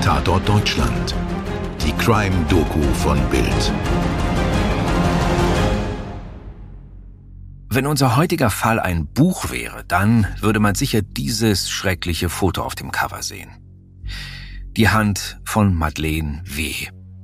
Tatort Deutschland. Die Crime-Doku von Bild. Wenn unser heutiger Fall ein Buch wäre, dann würde man sicher dieses schreckliche Foto auf dem Cover sehen. Die Hand von Madeleine W.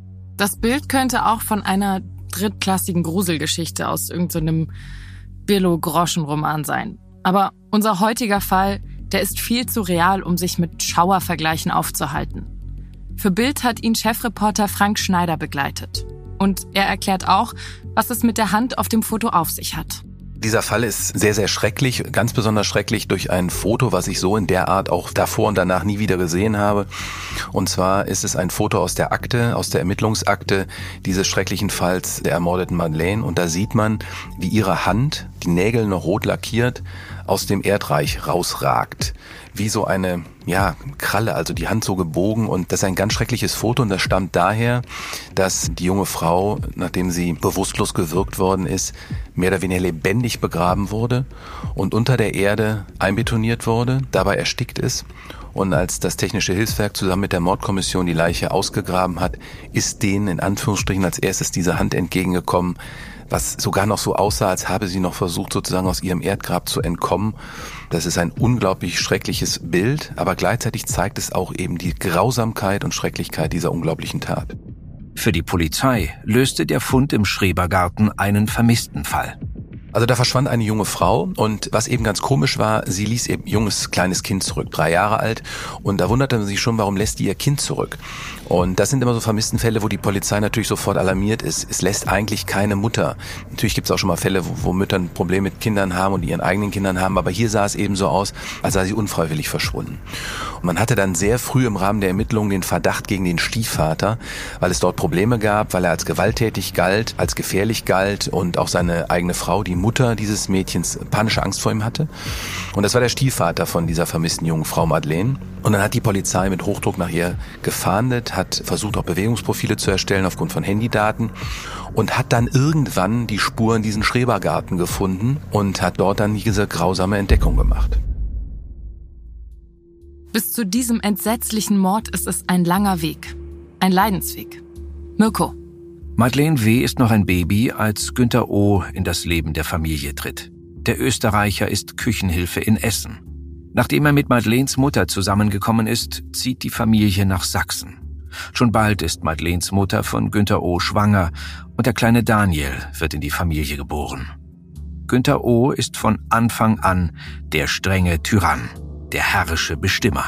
Das Bild könnte auch von einer drittklassigen Gruselgeschichte aus irgendeinem Billo-Groschen-Roman sein. Aber unser heutiger Fall, der ist viel zu real, um sich mit Schauervergleichen aufzuhalten. Für Bild hat ihn Chefreporter Frank Schneider begleitet. Und er erklärt auch, was es mit der Hand auf dem Foto auf sich hat. Dieser Fall ist sehr, sehr schrecklich, ganz besonders schrecklich durch ein Foto, was ich so in der Art auch davor und danach nie wieder gesehen habe. Und zwar ist es ein Foto aus der Akte, aus der Ermittlungsakte dieses schrecklichen Falls der ermordeten Madeleine. Und da sieht man, wie ihre Hand, die Nägel noch rot lackiert, aus dem Erdreich rausragt. Wie so eine, Kralle, also die Hand so gebogen. Und das ist ein ganz schreckliches Foto und das stammt daher, dass die junge Frau, nachdem sie bewusstlos gewürgt worden ist, mehr oder weniger lebendig begraben wurde und unter der Erde einbetoniert wurde, dabei erstickt ist. Und als das Technische Hilfswerk zusammen mit der Mordkommission die Leiche ausgegraben hat, ist denen in Anführungsstrichen als erstes diese Hand entgegengekommen, was sogar noch so aussah, als habe sie noch versucht, sozusagen aus ihrem Erdgrab zu entkommen. Das ist ein unglaublich schreckliches Bild, aber gleichzeitig zeigt es auch eben die Grausamkeit und Schrecklichkeit dieser unglaublichen Tat. Für die Polizei löste der Fund im Schrebergarten einen Vermisstenfall. Also da verschwand eine junge Frau und was eben ganz komisch war, sie ließ ihr junges, kleines Kind zurück, 3 Jahre alt. Und da wunderte man sich schon, warum lässt die ihr Kind zurück? Und das sind immer so Vermisstenfälle, wo die Polizei natürlich sofort alarmiert ist. Es lässt eigentlich keine Mutter. Natürlich gibt es auch schon mal Fälle, wo Mütter ein Problem mit Kindern haben und ihren eigenen Kindern haben. Aber hier sah es eben so aus, als sei sie unfreiwillig verschwunden. Und man hatte dann sehr früh im Rahmen der Ermittlungen den Verdacht gegen den Stiefvater, weil es dort Probleme gab, weil er als gewalttätig galt, als gefährlich galt und auch seine eigene Frau, die Mutter dieses Mädchens, panische Angst vor ihm hatte. Und das war der Stiefvater von dieser vermissten jungen Frau Madeleine. Und dann hat die Polizei mit Hochdruck nach ihr gefahndet, hat versucht auch Bewegungsprofile zu erstellen aufgrund von Handydaten und hat dann irgendwann die Spur in diesen Schrebergarten gefunden und hat dort dann diese grausame Entdeckung gemacht. Bis zu diesem entsetzlichen Mord ist es ein langer Weg. Ein Leidensweg. Mirko. Madeleine W. ist noch ein Baby, als Günther O. in das Leben der Familie tritt. Der Österreicher ist Küchenhilfe in Essen. Nachdem er mit Madeleines Mutter zusammengekommen ist, zieht die Familie nach Sachsen. Schon bald ist Madeleines Mutter von Günther O. schwanger und der kleine Daniel wird in die Familie geboren. Günther O. ist von Anfang an der strenge Tyrann, der herrische Bestimmer.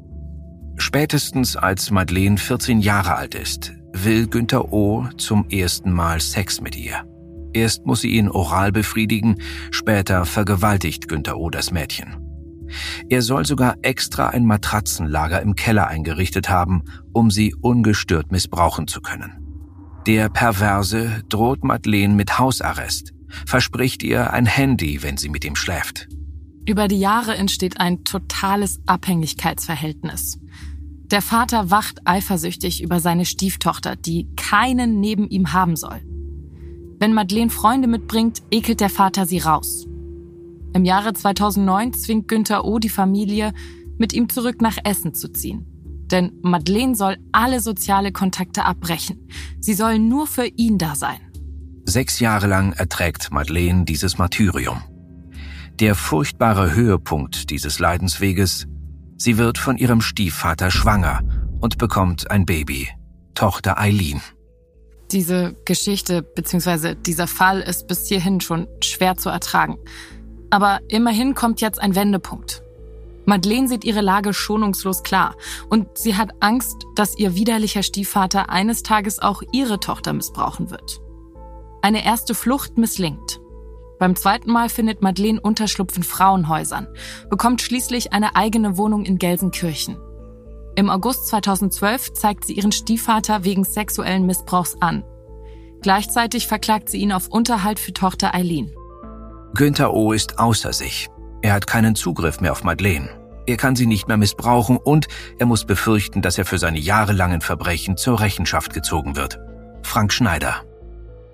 Spätestens als Madeleine 14 Jahre alt ist, will Günther O. zum ersten Mal Sex mit ihr. Erst muss sie ihn oral befriedigen, später vergewaltigt Günther O. das Mädchen. Er soll sogar extra ein Matratzenlager im Keller eingerichtet haben, um sie ungestört missbrauchen zu können. Der Perverse droht Madeleine mit Hausarrest, verspricht ihr ein Handy, wenn sie mit ihm schläft. Über die Jahre entsteht ein totales Abhängigkeitsverhältnis. Der Vater wacht eifersüchtig über seine Stieftochter, die keinen neben ihm haben soll. Wenn Madeleine Freunde mitbringt, ekelt der Vater sie raus. Im Jahre 2009 zwingt Günther O. die Familie, mit ihm zurück nach Essen zu ziehen. Denn Madeleine soll alle soziale Kontakte abbrechen. Sie soll nur für ihn da sein. 6 Jahre lang erträgt Madeleine dieses Martyrium. Der furchtbare Höhepunkt dieses Leidensweges: sie wird von ihrem Stiefvater schwanger und bekommt ein Baby, Tochter Eileen. Diese Geschichte bzw. dieser Fall ist bis hierhin schon schwer zu ertragen. Aber immerhin kommt jetzt ein Wendepunkt. Madeleine sieht ihre Lage schonungslos klar und sie hat Angst, dass ihr widerlicher Stiefvater eines Tages auch ihre Tochter missbrauchen wird. Eine erste Flucht misslingt. Beim zweiten Mal findet Madeleine Unterschlupf in Frauenhäusern, bekommt schließlich eine eigene Wohnung in Gelsenkirchen. Im August 2012 zeigt sie ihren Stiefvater wegen sexuellen Missbrauchs an. Gleichzeitig verklagt sie ihn auf Unterhalt für Tochter Eileen. Günther O. ist außer sich. Er hat keinen Zugriff mehr auf Madeleine. Er kann sie nicht mehr missbrauchen und er muss befürchten, dass er für seine jahrelangen Verbrechen zur Rechenschaft gezogen wird. Frank Schneider.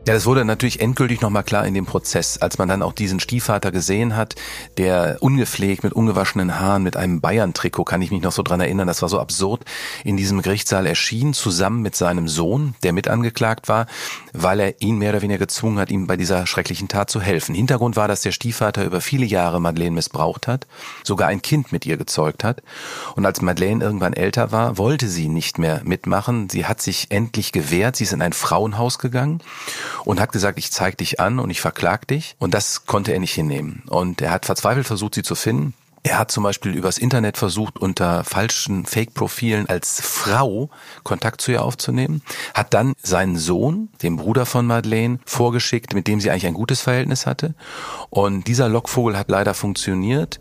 Ja, das wurde natürlich endgültig nochmal klar in dem Prozess, als man dann auch diesen Stiefvater gesehen hat, der ungepflegt, mit ungewaschenen Haaren, mit einem Bayern-Trikot, kann ich mich noch so dran erinnern, das war so absurd, in diesem Gerichtssaal erschien, zusammen mit seinem Sohn, der mit angeklagt war, weil er ihn mehr oder weniger gezwungen hat, ihm bei dieser schrecklichen Tat zu helfen. Hintergrund war, dass der Stiefvater über viele Jahre Madeleine missbraucht hat, sogar ein Kind mit ihr gezeugt hat. Und als Madeleine irgendwann älter war, wollte sie nicht mehr mitmachen. Sie hat sich endlich gewehrt, sie ist in ein Frauenhaus gegangen und hat gesagt, ich zeig dich an und ich verklag dich. Und das konnte er nicht hinnehmen. Und er hat verzweifelt versucht, sie zu finden. Er hat zum Beispiel übers Internet versucht, unter falschen Fake-Profilen als Frau Kontakt zu ihr aufzunehmen, hat dann seinen Sohn, den Bruder von Madeleine, vorgeschickt, mit dem sie eigentlich ein gutes Verhältnis hatte. Und dieser Lockvogel hat leider funktioniert.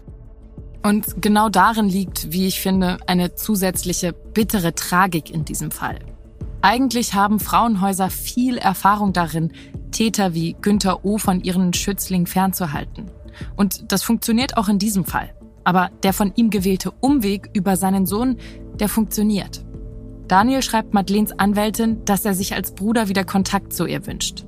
Und genau darin liegt, wie ich finde, eine zusätzliche bittere Tragik in diesem Fall. Eigentlich haben Frauenhäuser viel Erfahrung darin, Täter wie Günther O. von ihren Schützlingen fernzuhalten. Und das funktioniert auch in diesem Fall. Aber der von ihm gewählte Umweg über seinen Sohn, der funktioniert. Daniel schreibt Madeleines Anwältin, dass er sich als Bruder wieder Kontakt zu ihr wünscht.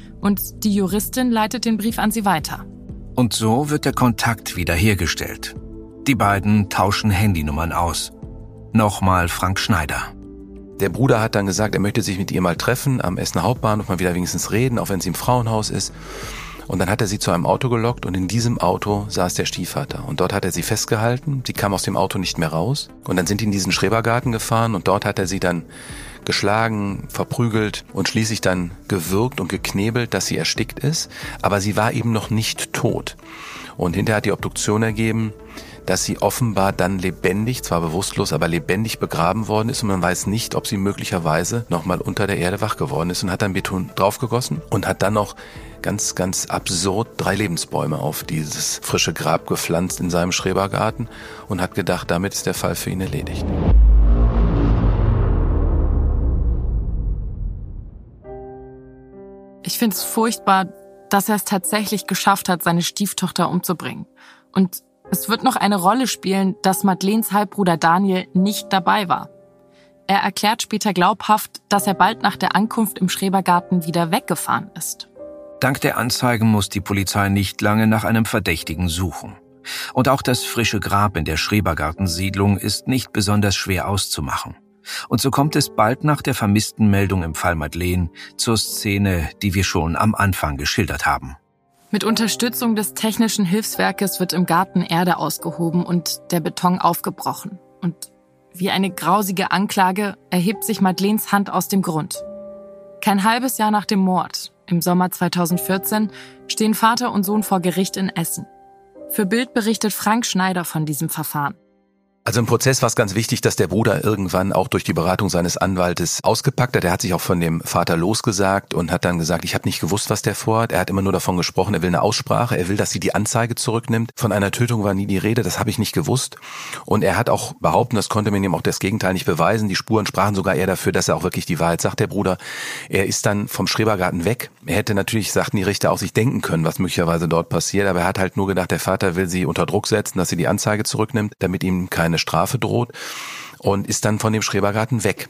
Und die Juristin leitet den Brief an sie weiter. Und so wird der Kontakt wiederhergestellt. Die beiden tauschen Handynummern aus. Nochmal Frank Schneider. Der Bruder hat dann gesagt, er möchte sich mit ihr mal treffen, am Essener Hauptbahnhof mal wieder wenigstens reden, auch wenn sie im Frauenhaus ist. Und dann hat er sie zu einem Auto gelockt und in diesem Auto saß der Stiefvater. Und dort hat er sie festgehalten, sie kam aus dem Auto nicht mehr raus. Und dann sind die in diesen Schrebergarten gefahren und dort hat er sie dann geschlagen, verprügelt und schließlich dann gewürgt und geknebelt, dass sie erstickt ist. Aber sie war eben noch nicht tot. Und hinterher hat die Obduktion ergeben, dass sie offenbar dann lebendig, zwar bewusstlos, aber lebendig begraben worden ist und man weiß nicht, ob sie möglicherweise nochmal unter der Erde wach geworden ist und hat dann Beton draufgegossen und hat dann noch ganz, ganz absurd 3 Lebensbäume auf dieses frische Grab gepflanzt in seinem Schrebergarten und hat gedacht, damit ist der Fall für ihn erledigt. Ich finde es furchtbar, dass er es tatsächlich geschafft hat, seine Stieftochter umzubringen. Und es wird noch eine Rolle spielen, dass Madeleines Halbbruder Daniel nicht dabei war. Er erklärt später glaubhaft, dass er bald nach der Ankunft im Schrebergarten wieder weggefahren ist. Dank der Anzeigen muss die Polizei nicht lange nach einem Verdächtigen suchen. Und auch das frische Grab in der Schrebergartensiedlung ist nicht besonders schwer auszumachen. Und so kommt es bald nach der vermissten Meldung im Fall Madeleine zur Szene, die wir schon am Anfang geschildert haben. Mit Unterstützung des Technischen Hilfswerkes wird im Garten Erde ausgehoben und der Beton aufgebrochen. Und wie eine grausige Anklage erhebt sich Madeleines Hand aus dem Grund. Kein halbes Jahr nach dem Mord, im Sommer 2014, stehen Vater und Sohn vor Gericht in Essen. Für Bild berichtet Frank Schneider von diesem Verfahren. Also im Prozess war es ganz wichtig, dass der Bruder irgendwann auch durch die Beratung seines Anwaltes ausgepackt hat. Er hat sich auch von dem Vater losgesagt und hat dann gesagt, ich habe nicht gewusst, was der vorhat. Er hat immer nur davon gesprochen, er will eine Aussprache, er will, dass sie die Anzeige zurücknimmt. Von einer Tötung war nie die Rede, das habe ich nicht gewusst. Und er hat auch behauptet, das konnte man ihm auch das Gegenteil nicht beweisen. Die Spuren sprachen sogar eher dafür, dass er auch wirklich die Wahrheit sagt, der Bruder. Er ist dann vom Schrebergarten weg. Er hätte natürlich, sagten die Richter, auch sich denken können, was möglicherweise dort passiert. Aber er hat halt nur gedacht, der Vater will sie unter Druck setzen, dass sie die Anzeige zurücknimmt, damit ihm keine Strafe droht, und ist dann von dem Schrebergarten weg.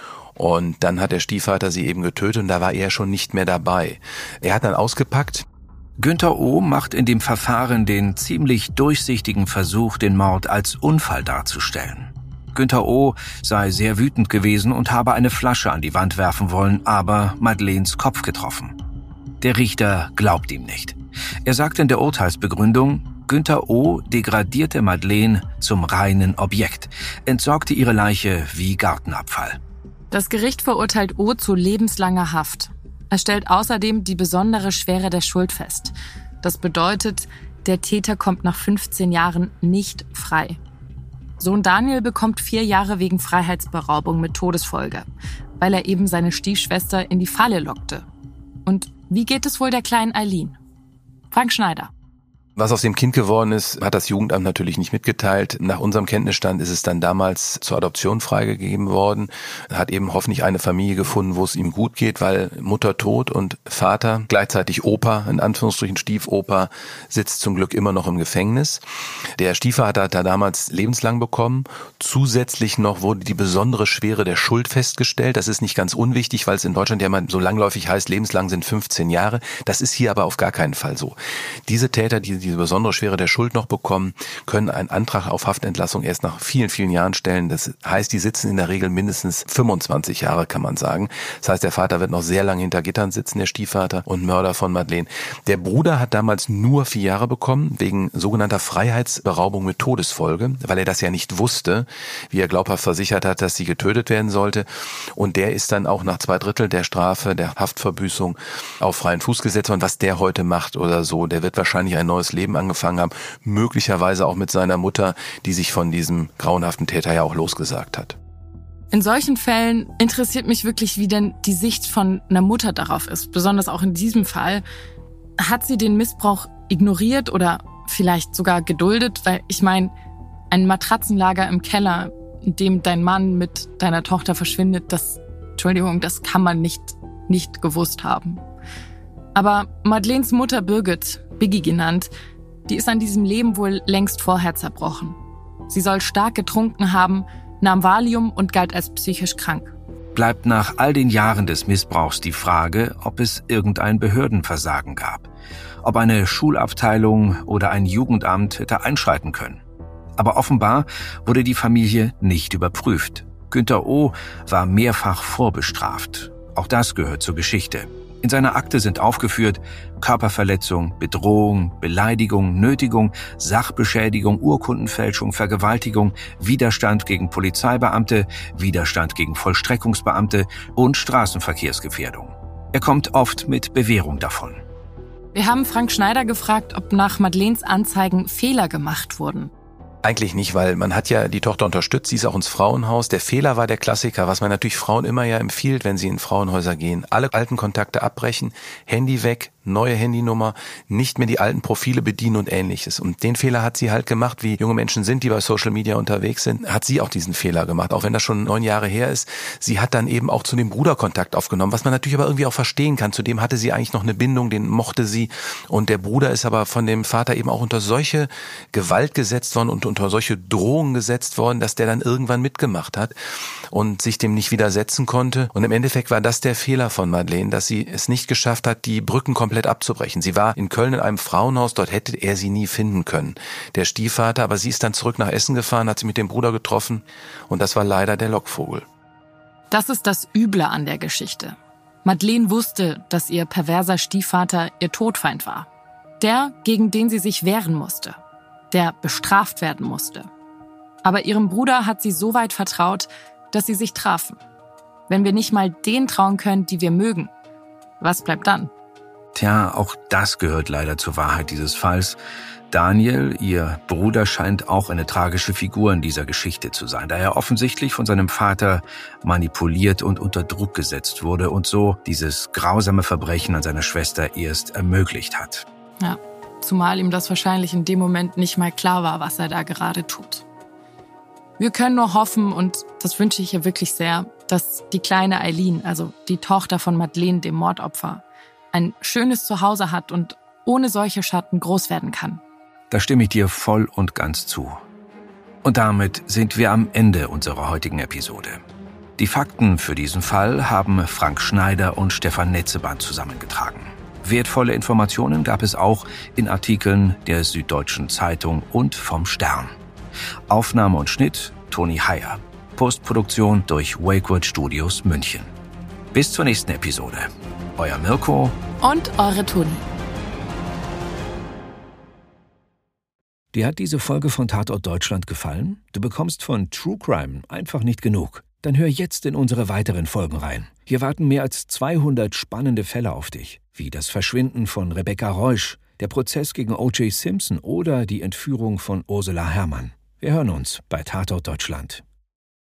Und dann hat der Stiefvater sie eben getötet und da war er schon nicht mehr dabei. Er hat dann ausgepackt. Günther O. macht in dem Verfahren den ziemlich durchsichtigen Versuch, den Mord als Unfall darzustellen. Günther O. sei sehr wütend gewesen und habe eine Flasche an die Wand werfen wollen, aber Madeleines Kopf getroffen. Der Richter glaubt ihm nicht. Er sagt in der Urteilsbegründung, Günther O. degradierte Madeleine zum reinen Objekt, entsorgte ihre Leiche wie Gartenabfall. Das Gericht verurteilt O. zu lebenslanger Haft. Es stellt außerdem die besondere Schwere der Schuld fest. Das bedeutet, der Täter kommt nach 15 Jahren nicht frei. Sohn Daniel bekommt 4 Jahre wegen Freiheitsberaubung mit Todesfolge, weil er eben seine Stiefschwester in die Falle lockte. Und wie geht es wohl der kleinen Eileen? Frank Schneider. Was aus dem Kind geworden ist, hat das Jugendamt natürlich nicht mitgeteilt. Nach unserem Kenntnisstand ist es dann damals zur Adoption freigegeben worden. Er hat eben hoffentlich eine Familie gefunden, wo es ihm gut geht, weil Mutter tot und Vater, gleichzeitig Opa, in Anführungsstrichen Stiefopa, sitzt zum Glück immer noch im Gefängnis. Der Stiefvater hat da damals lebenslang bekommen. Zusätzlich noch wurde die besondere Schwere der Schuld festgestellt. Das ist nicht ganz unwichtig, weil es in Deutschland ja immer so langläufig heißt, lebenslang sind 15 Jahre. Das ist hier aber auf gar keinen Fall so. Diese Täter, die diese besondere Schwere der Schuld noch bekommen, können einen Antrag auf Haftentlassung erst nach vielen, vielen Jahren stellen. Das heißt, die sitzen in der Regel mindestens 25 Jahre, kann man sagen. Das heißt, der Vater wird noch sehr lange hinter Gittern sitzen, der Stiefvater und Mörder von Madeleine. Der Bruder hat damals nur 4 Jahre bekommen, wegen sogenannter Freiheitsberaubung mit Todesfolge, weil er das ja nicht wusste, wie er glaubhaft versichert hat, dass sie getötet werden sollte. Und der ist dann auch nach 2/3 der Strafe, der Haftverbüßung auf freien Fuß gesetzt worden. Was der heute macht oder so, der wird wahrscheinlich ein neues Leben angefangen haben, möglicherweise auch mit seiner Mutter, die sich von diesem grauenhaften Täter ja auch losgesagt hat. In solchen Fällen interessiert mich wirklich, wie denn die Sicht von einer Mutter darauf ist. Besonders auch in diesem Fall. Hat sie den Missbrauch ignoriert oder vielleicht sogar geduldet? Weil ich meine, ein Matratzenlager im Keller, in dem dein Mann mit deiner Tochter verschwindet, das kann man nicht gewusst haben. Aber Madeleines Mutter Birgit, Biggie genannt, die ist an diesem Leben wohl längst vorher zerbrochen. Sie soll stark getrunken haben, nahm Valium und galt als psychisch krank. Bleibt nach all den Jahren des Missbrauchs die Frage, ob es irgendein Behördenversagen gab. Ob eine Schulabteilung oder ein Jugendamt hätte einschreiten können. Aber offenbar wurde die Familie nicht überprüft. Günter O. war mehrfach vorbestraft. Auch das gehört zur Geschichte. In seiner Akte sind aufgeführt Körperverletzung, Bedrohung, Beleidigung, Nötigung, Sachbeschädigung, Urkundenfälschung, Vergewaltigung, Widerstand gegen Polizeibeamte, Widerstand gegen Vollstreckungsbeamte und Straßenverkehrsgefährdung. Er kommt oft mit Bewährung davon. Wir haben Frank Schneider gefragt, ob nach Madeleines Anzeigen Fehler gemacht wurden. Eigentlich nicht, weil man hat ja die Tochter unterstützt, sie ist auch ins Frauenhaus. Der Fehler war der Klassiker, was man natürlich Frauen immer ja empfiehlt, wenn sie in Frauenhäuser gehen. Alle alten Kontakte abbrechen, Handy weg, neue Handynummer, nicht mehr die alten Profile bedienen und Ähnliches. Und den Fehler hat sie halt gemacht, wie junge Menschen sind, die bei Social Media unterwegs sind, hat sie auch diesen Fehler gemacht, auch wenn das schon 9 Jahre her ist. Sie hat dann eben auch zu dem Bruder Kontakt aufgenommen, was man natürlich aber irgendwie auch verstehen kann. Zudem hatte sie eigentlich noch eine Bindung, den mochte sie. Und der Bruder ist aber von dem Vater eben auch unter solche Gewalt gesetzt worden und unter solche Drohungen gesetzt worden, dass der dann irgendwann mitgemacht hat und sich dem nicht widersetzen konnte. Und im Endeffekt war das der Fehler von Madeleine, dass sie es nicht geschafft hat, die Brücken komplett abzubrechen. Sie war in Köln in einem Frauenhaus, dort hätte er sie nie finden können, der Stiefvater, aber sie ist dann zurück nach Essen gefahren, hat sie mit dem Bruder getroffen und das war leider der Lockvogel. Das ist das Üble an der Geschichte. Madeleine wusste, dass ihr perverser Stiefvater ihr Todfeind war. Der, gegen den sie sich wehren musste. Der bestraft werden musste. Aber ihrem Bruder hat sie so weit vertraut, dass sie sich trafen. Wenn wir nicht mal denen trauen können, die wir mögen, was bleibt dann? Tja, auch das gehört leider zur Wahrheit dieses Falls. Daniel, ihr Bruder, scheint auch eine tragische Figur in dieser Geschichte zu sein, da er offensichtlich von seinem Vater manipuliert und unter Druck gesetzt wurde und so dieses grausame Verbrechen an seiner Schwester erst ermöglicht hat. Ja, zumal ihm das wahrscheinlich in dem Moment nicht mal klar war, was er da gerade tut. Wir können nur hoffen, und das wünsche ich ihr wirklich sehr, dass die kleine Eileen, also die Tochter von Madeleine, dem Mordopfer, ein schönes Zuhause hat und ohne solche Schatten groß werden kann. Da stimme ich dir voll und ganz zu. Und damit sind wir am Ende unserer heutigen Episode. Die Fakten für diesen Fall haben Frank Schneider und Stefan Netzeband zusammengetragen. Wertvolle Informationen gab es auch in Artikeln der Süddeutschen Zeitung und vom Stern. Aufnahme und Schnitt Toni Heyer. Postproduktion durch Wakewood Studios München. Bis zur nächsten Episode. Euer Mirko und eure Toni. Dir hat diese Folge von Tatort Deutschland gefallen? Du bekommst von True Crime einfach nicht genug. Dann hör jetzt in unsere weiteren Folgen rein. Hier warten mehr als 200 spannende Fälle auf dich, wie das Verschwinden von Rebecca Reusch, der Prozess gegen O.J. Simpson oder die Entführung von Ursula Herrmann. Wir hören uns bei Tatort Deutschland.